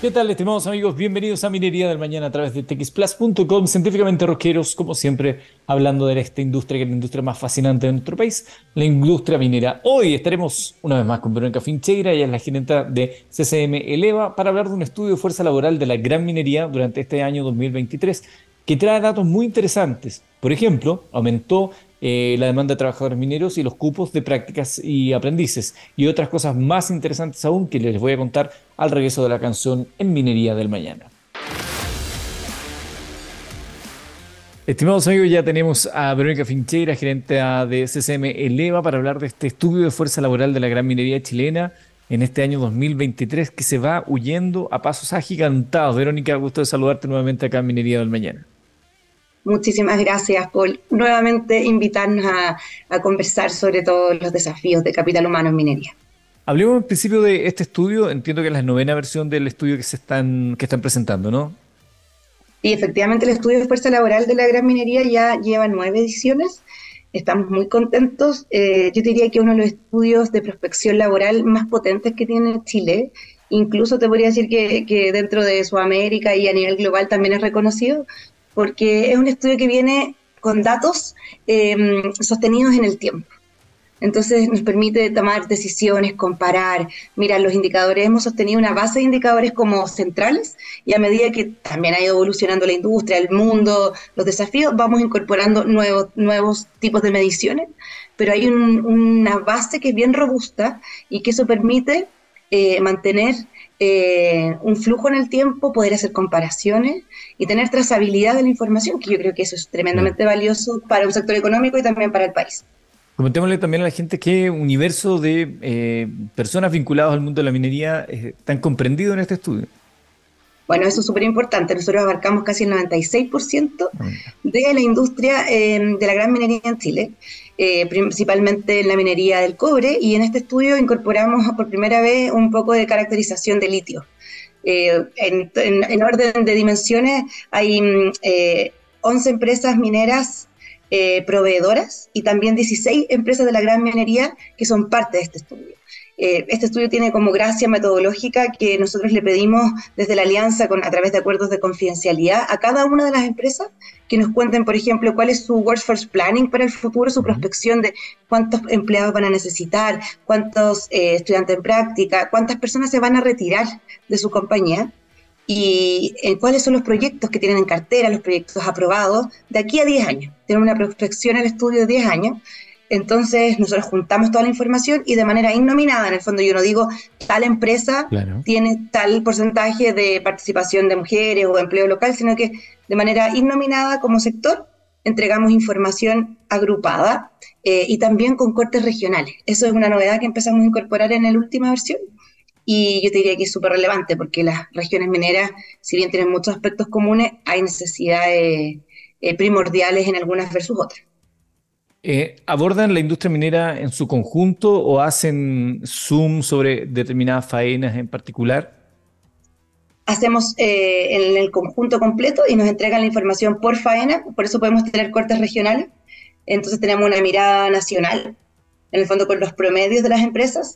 ¿Qué tal, estimados amigos? Bienvenidos a Minería del Mañana a través de texplus.com, científicamente rockeros, como siempre, hablando de esta industria, que es la industria más fascinante de nuestro país, la industria minera. Hoy estaremos una vez más con Verónica Fincheira, ella es la gerenta de CCM Eleva, para hablar de un estudio de fuerza laboral de la gran minería durante este año 2023, que trae datos muy interesantes. Por ejemplo, aumentó la demanda de trabajadores mineros y los cupos de prácticas y aprendices, y otras cosas más interesantes aún que les voy a contar al regreso de la canción en Minería del Mañana. Estimados amigos, ya tenemos a Verónica Fincheira, gerente de CCM Eleva, para hablar de este estudio de fuerza laboral de la gran minería chilena en este año 2023 que se va huyendo a pasos agigantados. Verónica, gusto de saludarte nuevamente acá en Minería del Mañana. Muchísimas gracias por nuevamente invitarnos a conversar sobre todos los desafíos de capital humano en minería. Hablemos en principio de este estudio. Entiendo que es la novena versión del estudio que están presentando, ¿no? Y efectivamente el estudio de fuerza laboral de la gran minería ya lleva 9 ediciones. Estamos muy contentos. Yo diría que uno de los estudios de prospección laboral más potentes que tiene Chile. Incluso te podría decir que dentro de Sudamérica y a nivel global también es reconocido, porque es un estudio que viene con datos sostenidos en el tiempo. Entonces nos permite tomar decisiones, comparar, mirar los indicadores. Hemos sostenido una base de indicadores como centrales y a medida que también ha ido evolucionando la industria, el mundo, los desafíos, vamos incorporando nuevos tipos de mediciones, pero hay una base que es bien robusta y que eso permite mantener un flujo en el tiempo, poder hacer comparaciones y tener trazabilidad de la información, que yo creo que eso es Claro. tremendamente valioso para un sector económico y también para el país. Comentémosle también a la gente qué universo de personas vinculadas al mundo de la minería están comprendidos en este estudio. Bueno, eso es súper importante. Nosotros abarcamos casi el 96% Ah, mira. de la industria de la gran minería en Chile, principalmente en la minería del cobre, y en este estudio incorporamos por primera vez un poco de caracterización de litio. En orden de dimensiones hay 11 empresas mineras proveedoras y también 16 empresas de la gran minería que son parte de este estudio. Este estudio tiene como gracia metodológica que nosotros le pedimos desde la alianza a través de acuerdos de confidencialidad a cada una de las empresas que nos cuenten, por ejemplo, cuál es su workforce planning para el futuro, su Ujú. prospección de cuántos empleados van a necesitar, cuántos estudiantes en práctica, cuántas personas se van a retirar de su compañía y cuáles son los proyectos que tienen en cartera, los proyectos aprobados de aquí a 10 años. Tienen una prospección al estudio de 10 años. Entonces, nosotros juntamos toda la información y de manera innominada, en el fondo yo no digo tal empresa Claro. tiene tal porcentaje de participación de mujeres o de empleo local, sino que de manera innominada como sector entregamos información agrupada y también con cortes regionales. Eso es una novedad que empezamos a incorporar en la última versión y yo te diría que es súper relevante porque las regiones mineras, si bien tienen muchos aspectos comunes, hay necesidades primordiales en algunas versus otras. ¿Abordan la industria minera en su conjunto o hacen zoom sobre determinadas faenas en particular? Hacemos en el conjunto completo y nos entregan la información por faena, por eso podemos tener cortes regionales. Entonces tenemos una mirada nacional, en el fondo con los promedios de las empresas,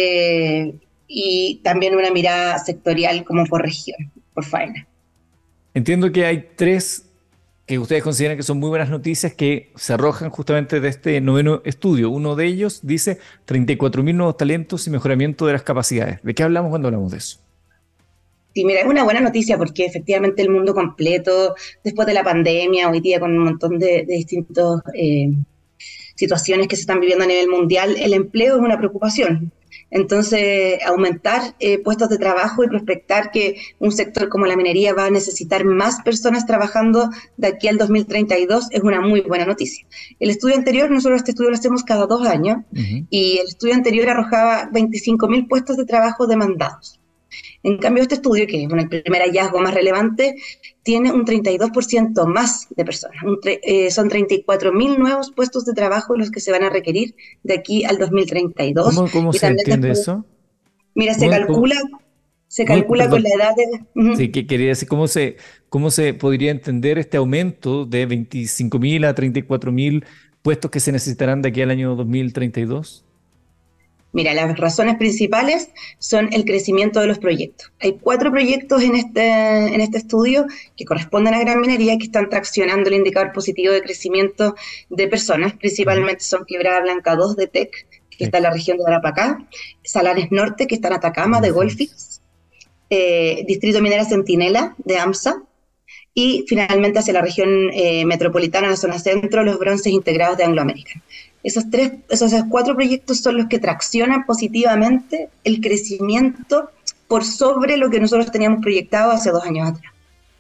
y también una mirada sectorial como por región, por faena. Entiendo que hay tres que ustedes consideran que son muy buenas noticias que se arrojan justamente de este noveno estudio. Uno de ellos dice 34.000 nuevos talentos y mejoramiento de las capacidades. ¿De qué hablamos cuando hablamos de eso? Sí, mira, es una buena noticia porque efectivamente el mundo completo, después de la pandemia, hoy día con un montón de distintos situaciones que se están viviendo a nivel mundial, el empleo es una preocupación. Entonces, aumentar puestos de trabajo y prospectar que un sector como la minería va a necesitar más personas trabajando de aquí al 2032 es una muy buena noticia. El estudio anterior, nosotros este estudio lo hacemos cada 2 años, Ujú. y el estudio anterior arrojaba 25.000 puestos de trabajo demandados. En cambio, este estudio, que es el primer hallazgo más relevante, tiene un 32% más de personas. Son 34.000 nuevos puestos de trabajo los que se van a requerir de aquí al 2032. ¿Cómo Y se también entiende después, eso? mira, ¿Cómo, cómo- se calcula con perdón, la edad de... sí, Uh-huh. que quería decir, ¿cómo se podría entender este aumento de 25.000 a 34.000 puestos que se necesitarán de aquí al año 2032? Mira, las razones principales son el crecimiento de los proyectos. Hay 4 proyectos en este estudio que corresponden a Gran Minería que están traccionando el indicador positivo de crecimiento de personas. Ujú. Principalmente son Quebrada Blanca 2 de TEC, que está en la región de Tarapacá, Salares Norte, que está en Atacama, de Goldfields, Distrito Minera Centinela, de AMSA, y finalmente hacia la región metropolitana, la zona centro, los bronces integrados de Anglo American. Esos 4 proyectos son los que traccionan positivamente el crecimiento por sobre lo que nosotros teníamos proyectado hace 2 años atrás.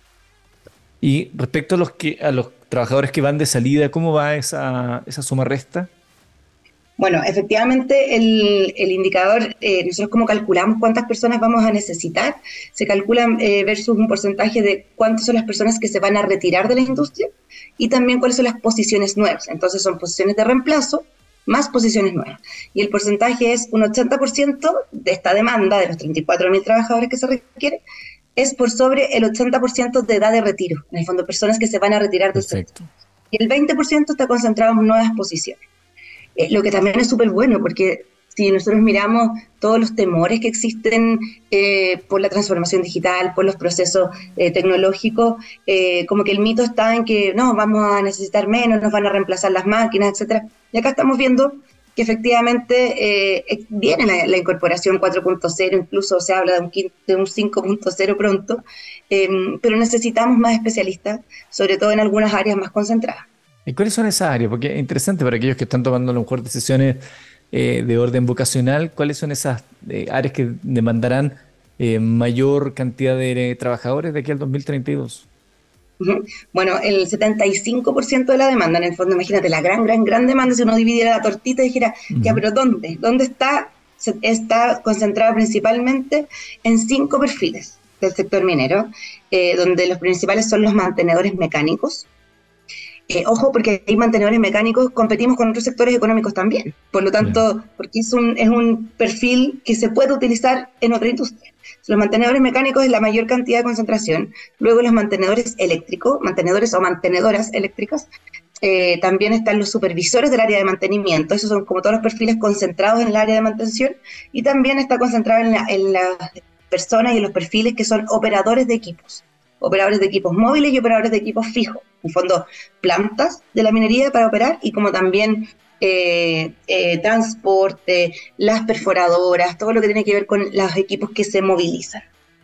Y respecto a a los trabajadores que van de salida, ¿cómo va esa suma resta? Bueno, efectivamente el indicador, nosotros como calculamos cuántas personas vamos a necesitar, se calcula versus un porcentaje de cuántas son las personas que se van a retirar de la industria y también cuáles son las posiciones nuevas. Entonces son posiciones de reemplazo más posiciones nuevas. Y el porcentaje es un 80% de esta demanda, de los 34.000 trabajadores que se requiere, es por sobre el 80% de edad de retiro, en el fondo personas que se van a retirar del sector. Perfecto. Y el 20% está concentrado en nuevas posiciones. Lo que también es súper bueno, porque si nosotros miramos todos los temores que existen por la transformación digital, por los procesos tecnológicos, como que el mito está en que no, vamos a necesitar menos, nos van a reemplazar las máquinas, etcétera. Y acá estamos viendo que efectivamente viene la incorporación 4.0, incluso se habla de un 5.0 pronto, pero necesitamos más especialistas, sobre todo en algunas áreas más concentradas. ¿Y cuáles son esas áreas? Porque es interesante para aquellos que están tomando a lo mejor decisiones de orden vocacional, ¿cuáles son esas áreas que demandarán mayor cantidad de trabajadores de aquí al 2032? Bueno, el 75% de la demanda, en el fondo, imagínate, la gran demanda, si uno dividiera la tortita y dijera, ya, Ujú. pero ¿dónde? ¿Dónde está? Está concentrada principalmente en 5 perfiles del sector minero, donde los principales son los mantenedores mecánicos. Ojo, porque hay mantenedores mecánicos, competimos con otros sectores económicos también. Por lo Ya. tanto, porque es un perfil que se puede utilizar en otra industria. Los mantenedores mecánicos es la mayor cantidad de concentración. Luego los mantenedores eléctricos, mantenedores o mantenedoras eléctricas. También están los supervisores del área de mantenimiento. Esos son como todos los perfiles concentrados en el área de mantención. Y también está concentrado en las personas y en los perfiles que son operadores de equipos móviles y operadores de equipos fijos. En fondo, plantas de la minería para operar y como también transporte, las perforadoras, todo lo que tiene que ver con los equipos que se movilizan.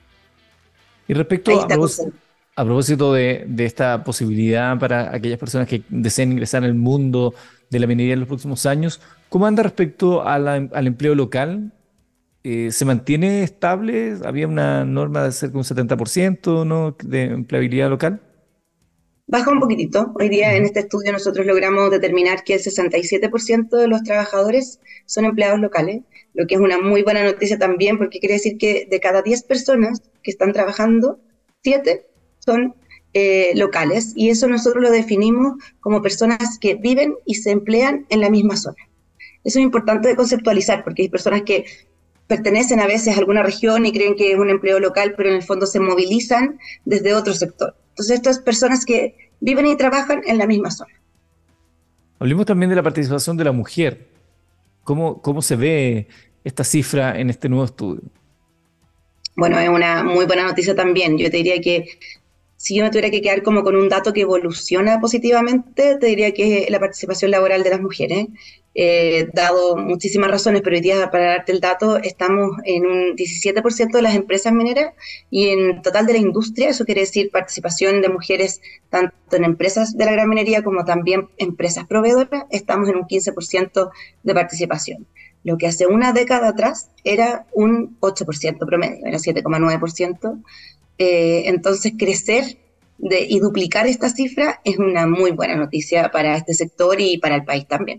Y Ahí respecto está concentrado. a propósito de esta posibilidad para aquellas personas que deseen ingresar en el mundo de la minería en los próximos años, ¿cómo anda respecto a al empleo local? ¿Se mantiene estable? Había una norma de cerca de un 70%, ¿no?, de empleabilidad local. Baja un poquitito. Hoy día en Ujú. este estudio nosotros logramos determinar que el 67% de los trabajadores son empleados locales, lo que es una muy buena noticia también porque quiere decir que de cada 10 personas que están trabajando, 7 son locales y eso nosotros lo definimos como personas que viven y se emplean en la misma zona. Eso es importante de conceptualizar porque hay personas que pertenecen a veces a alguna región y creen que es un empleo local, pero en el fondo se movilizan desde otro sector. Entonces, estas personas que viven y trabajan en la misma zona. Hablemos también de la participación de la mujer. ¿Cómo se ve esta cifra en este nuevo estudio? Bueno, es una muy buena noticia también. Yo te diría que si yo me tuviera que quedar como con un dato que evoluciona positivamente, te diría que es la participación laboral de las mujeres. Dado muchísimas razones, pero hoy día, para darte el dato, estamos en un 17% de las empresas mineras y en total de la industria, eso quiere decir participación de mujeres tanto en empresas de la gran minería como también empresas proveedoras, estamos en un 15% de participación. Lo que hace una década atrás era un 8% promedio, era 7,9%. Entonces, crecer y duplicar esta cifra es una muy buena noticia para este sector y para el país también.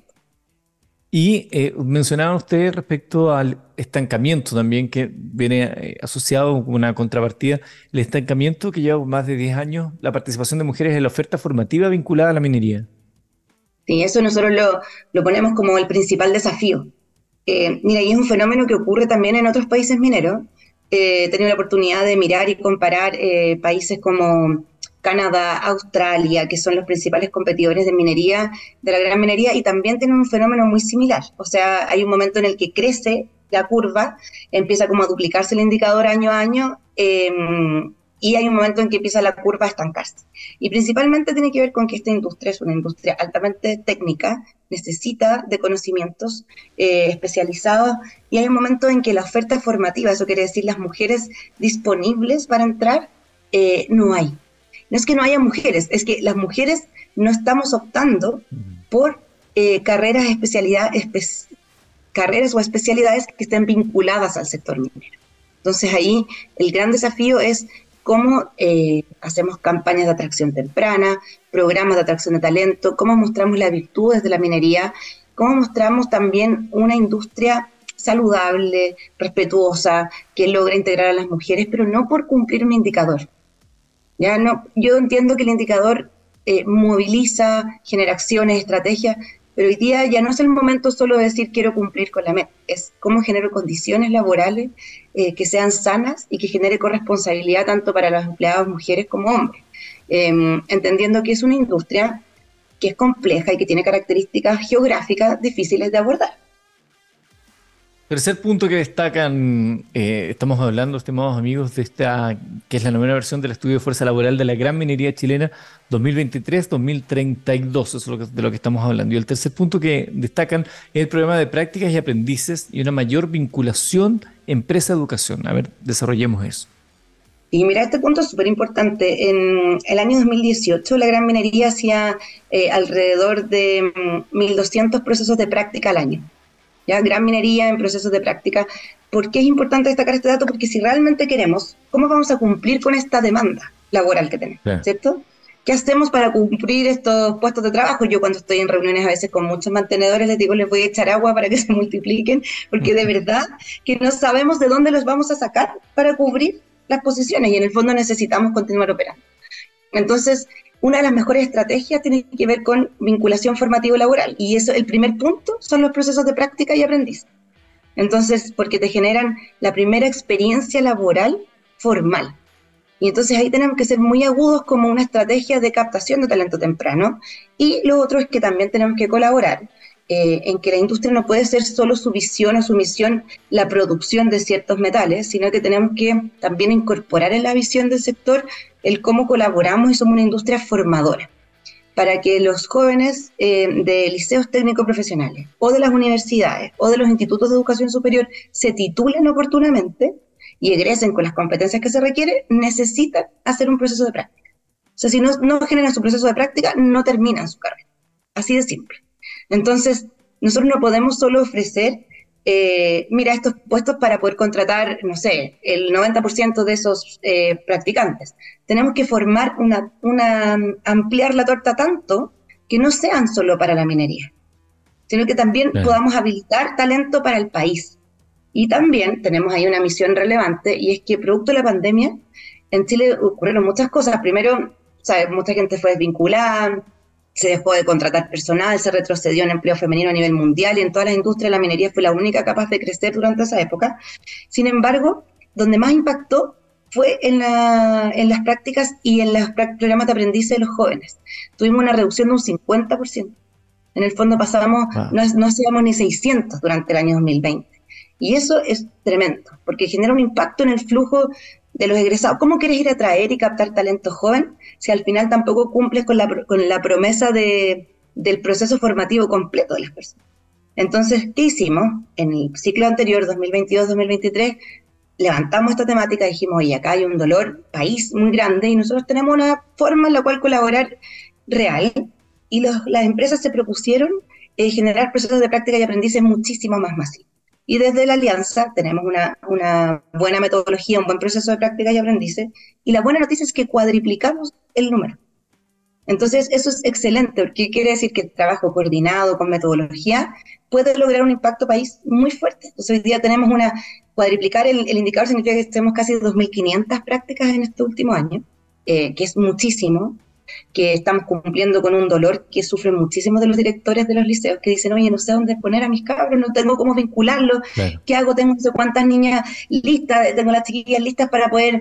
Y mencionaban ustedes respecto al estancamiento también, que viene asociado con una contrapartida, el estancamiento que lleva más de 10 años, la participación de mujeres en la oferta formativa vinculada a la minería. Sí, eso nosotros lo ponemos como el principal desafío. Mira, y es un fenómeno que ocurre también en otros países mineros. He tenido la oportunidad de mirar y comparar países como Canadá, Australia, que son los principales competidores de minería, de la gran minería, y también tienen un fenómeno muy similar. O sea, hay un momento en el que crece la curva, empieza como a duplicarse el indicador año a año, y hay un momento en que empieza la curva a estancarse. Y principalmente tiene que ver con que esta industria es una industria altamente técnica, necesita de conocimientos especializados, y hay un momento en que la oferta formativa, eso quiere decir las mujeres disponibles para entrar, no hay. No es que no haya mujeres, es que las mujeres no estamos optando por carreras o especialidades que estén vinculadas al sector minero. Entonces ahí el gran desafío es cómo hacemos campañas de atracción temprana, programas de atracción de talento, cómo mostramos las virtudes de la minería, cómo mostramos también una industria saludable, respetuosa, que logra integrar a las mujeres, pero no por cumplir un indicador. Ya no, yo entiendo que el indicador moviliza, genera acciones, estrategias, pero hoy día ya no es el momento solo de decir quiero cumplir con la meta, es cómo genero condiciones laborales que sean sanas y que genere corresponsabilidad tanto para los empleados mujeres como hombres, entendiendo que es una industria que es compleja y que tiene características geográficas difíciles de abordar. Tercer punto que destacan, estamos hablando, estimados amigos, de esta, que es la novena versión del estudio de fuerza laboral de la gran minería chilena 2023-2032, eso es de lo que estamos hablando. Y el tercer punto que destacan es el programa de prácticas y aprendices y una mayor vinculación empresa-educación. A ver, desarrollemos eso. Y mira, este punto es súper importante. En el año 2018 la gran minería hacía alrededor de 1.200 procesos de práctica al año. ¿Ya? Gran minería en procesos de práctica. ¿Por qué es importante destacar este dato? Porque si realmente queremos, ¿cómo vamos a cumplir con esta demanda laboral que tenemos? Claro. ¿Cierto? ¿Qué hacemos para cumplir estos puestos de trabajo? Yo cuando estoy en reuniones a veces con muchos mantenedores les digo, les voy a echar agua para que se multipliquen, porque de verdad que no sabemos de dónde los vamos a sacar para cubrir las posiciones y en el fondo necesitamos continuar operando. Entonces, una de las mejores estrategias tiene que ver con vinculación formativo-laboral, y eso, el primer punto son los procesos de práctica y aprendizaje. Entonces, porque te generan la primera experiencia laboral formal. Y entonces ahí tenemos que ser muy agudos como una estrategia de captación de talento temprano. Y lo otro es que también tenemos que colaborar en que la industria no puede ser solo su visión o su misión la producción de ciertos metales, sino que tenemos que también incorporar en la visión del sector el cómo colaboramos y somos una industria formadora, para que los jóvenes de liceos técnicos profesionales o de las universidades o de los institutos de educación superior se titulen oportunamente y egresen con las competencias que se requieren, necesitan hacer un proceso de práctica. O sea, si no generan su proceso de práctica, no terminan su carrera. Así de simple. Entonces, nosotros no podemos solo ofrecer, mira, estos puestos para poder contratar, no sé, el 90% de esos practicantes. Tenemos que formar ampliar la torta tanto que no sean solo para la minería, sino que también podamos habilitar talento para el país. Y también tenemos ahí una misión relevante, y es que producto de la pandemia, en Chile ocurrieron muchas cosas. Primero, ¿sabes? Mucha gente fue desvinculada, se dejó de contratar personal, se retrocedió en empleo femenino a nivel mundial, y en todas las industrias la minería fue la única capaz de crecer durante esa época. Sin embargo, donde más impactó fue en las prácticas y en los programas de aprendizaje de los jóvenes. Tuvimos una reducción de un 50%. En el fondo pasábamos, no hacíamos ni 600 durante el año 2020. Y eso es tremendo, porque genera un impacto en el flujo de los egresados. ¿Cómo quieres ir a atraer y captar talento joven si al final tampoco cumples con la promesa del proceso formativo completo de las personas? Entonces, ¿qué hicimos? En el ciclo anterior, 2022-2023, levantamos esta temática y dijimos, oye, acá hay un dolor país muy grande y nosotros tenemos una forma en la cual colaborar real, y las empresas se propusieron generar procesos de práctica y aprendizaje muchísimo más masivos. Y desde la Alianza tenemos una buena metodología, un buen proceso de práctica y aprendizaje, y la buena noticia es que cuadriplicamos el número. Entonces eso es excelente, porque quiere decir que el trabajo coordinado con metodología puede lograr un impacto país muy fuerte. Entonces hoy día tenemos cuadriplicar el indicador significa que tenemos casi 2.500 prácticas en este último año, que es muchísimo, que estamos cumpliendo con un dolor que sufren muchísimos de los directores de los liceos, que dicen, oye, no sé dónde poner a mis cabros, no tengo cómo vincularlos, claro. ¿Qué hago? Tengo no sé cuántas niñas listas, tengo las chiquillas listas para poder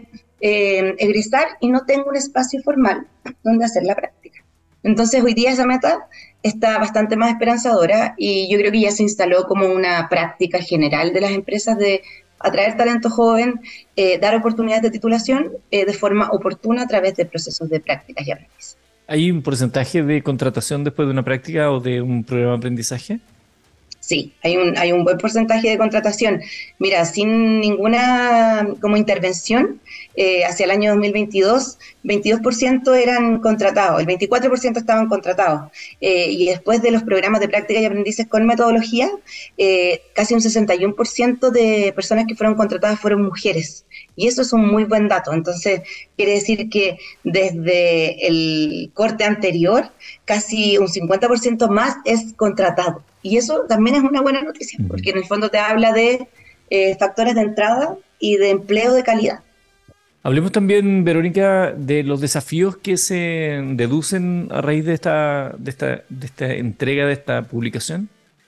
egresar y no tengo un espacio formal donde hacer la práctica. Entonces hoy día esa meta está bastante más esperanzadora y yo creo que ya se instaló como una práctica general de las empresas de atraer talento joven, dar oportunidades de titulación de forma oportuna a través de procesos de prácticas y aprendizaje. ¿Hay un porcentaje de contratación después de una práctica o de un programa de aprendizaje? Sí, hay un buen porcentaje de contratación. Mira, sin ninguna como intervención, hacia el año 2022, 22% eran contratados, el 24% estaban contratados. Y después de los programas de práctica y aprendices con metodología, casi un 61% de personas que fueron contratadas fueron mujeres. Y eso es un muy buen dato. Entonces, quiere decir que desde el corte anterior, casi un 50% más es contratado. Y eso también es una buena noticia, porque en el fondo te habla de factores de entrada y de empleo de calidad. Hablemos también, Verónica, de los desafíos que se deducen a raíz de esta entrega de esta publicación.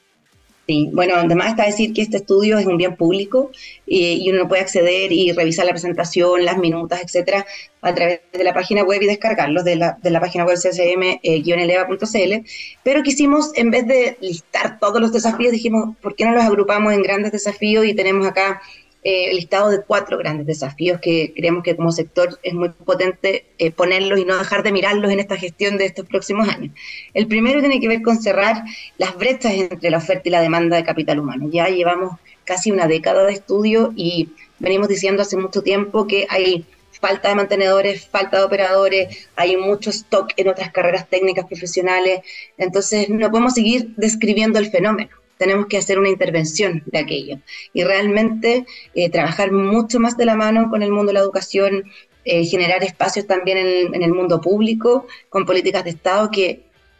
Sí, bueno, además está decir que este estudio es un bien público y uno puede acceder y revisar la presentación, las minutas, etcétera, a través de la página web y descargarlos de la página web csm-eleva.cl. Pero quisimos, en vez de listar todos los desafíos, dijimos, ¿por qué no los agrupamos en grandes desafíos? Y tenemos acá listado de 4 grandes desafíos que creemos que como sector es muy potente ponerlos y no dejar de mirarlos en esta gestión de estos próximos años. El primero tiene que ver con cerrar las brechas entre la oferta y la demanda de capital humano. Ya llevamos casi una década de estudio y venimos diciendo hace mucho tiempo que hay falta de mantenedores, falta de operadores, hay mucho stock en otras carreras técnicas profesionales, entonces no podemos seguir describiendo el fenómeno. Tenemos que hacer una intervención de aquello y realmente trabajar mucho más de la mano con el mundo de la educación, generar espacios también en el mundo público, con políticas de Estado que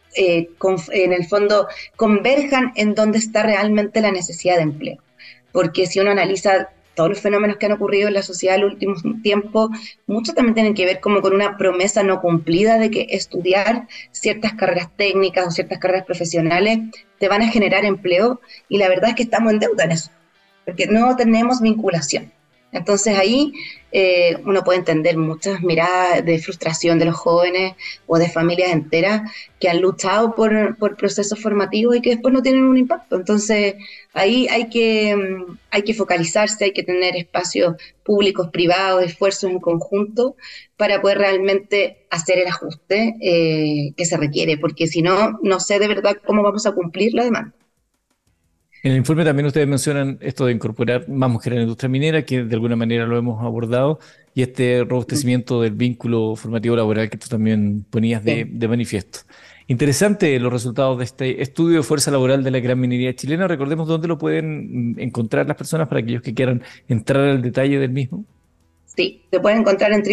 en el fondo converjan en donde está realmente la necesidad de empleo. Porque si uno analiza todos los fenómenos que han ocurrido en la sociedad en el último tiempo, muchos también tienen que ver como con una promesa no cumplida de que estudiar ciertas carreras técnicas o ciertas carreras profesionales te van a generar empleo, y la verdad es que estamos en deuda en eso, porque no tenemos vinculación. Entonces ahí uno puede entender muchas miradas de frustración de los jóvenes o de familias enteras que han luchado por procesos formativos y que después no tienen un impacto. Entonces ahí hay que focalizarse, hay que tener espacios públicos, privados, esfuerzos en conjunto para poder realmente hacer el ajuste que se requiere, porque si no, no sé de verdad cómo vamos a cumplir la demanda. En el informe también ustedes mencionan esto de incorporar más mujeres en la industria minera, que de alguna manera lo hemos abordado, y este robustecimiento del vínculo formativo laboral que tú también ponías Sí. de manifiesto. Interesante los resultados de este estudio de fuerza laboral de la gran minería chilena. Recordemos dónde lo pueden encontrar las personas para aquellos que quieran entrar al detalle del mismo. Sí, se pueden encontrar en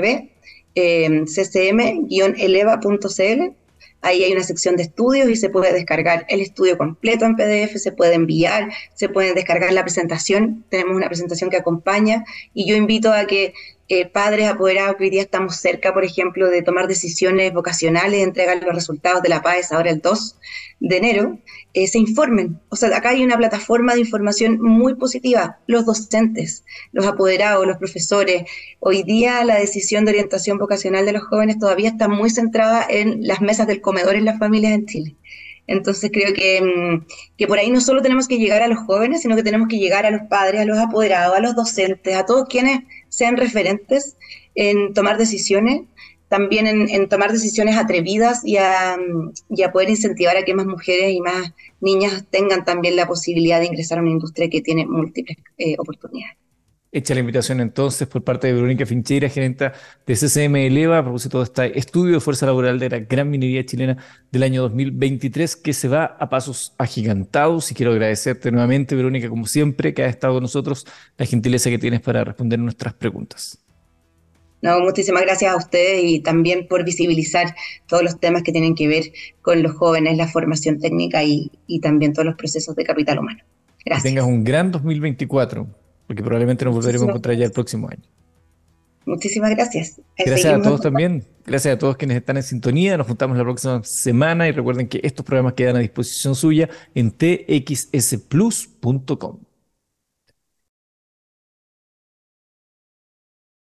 www.ccm-eleva.cl. Ahí hay una sección de estudios y se puede descargar el estudio completo en PDF, se puede enviar, se puede descargar la presentación. Tenemos una presentación que acompaña y yo invito a que padres apoderados que hoy día estamos cerca, por ejemplo, de tomar decisiones vocacionales, entregar los resultados de la PAES ahora el 2 de enero, se informen. O sea, acá hay una plataforma de información muy positiva. Los docentes, los apoderados, los profesores. Hoy día la decisión de orientación vocacional de los jóvenes todavía está muy centrada en las mesas del comedor en las familias en Chile. Entonces creo que por ahí no solo tenemos que llegar a los jóvenes, sino que tenemos que llegar a los padres, a los apoderados, a los docentes, a todos quienes sean referentes en tomar decisiones, también en tomar decisiones atrevidas y a poder incentivar a que más mujeres y más niñas tengan también la posibilidad de ingresar a una industria que tiene múltiples oportunidades. Hecha la invitación entonces por parte de Verónica Fincheira, gerenta de CCM Eleva, a propósito de este estudio de fuerza laboral de la gran minería chilena del año 2023, que se va a pasos agigantados. Y quiero agradecerte nuevamente, Verónica, como siempre, que has estado con nosotros, la gentileza que tienes para responder nuestras preguntas. No, muchísimas gracias a ustedes y también por visibilizar todos los temas que tienen que ver con los jóvenes, la formación técnica y también todos los procesos de capital humano. Que tengas Gracias. un gran 2024, porque probablemente nos volveremos a Muchísimas, encontrar ya el próximo año. muchísimas gracias. Gracias a Seguimos en todos contacto. también. Gracias a todos quienes están en sintonía. Nos juntamos la próxima semana y recuerden que estos programas quedan a disposición suya en txsplus.com.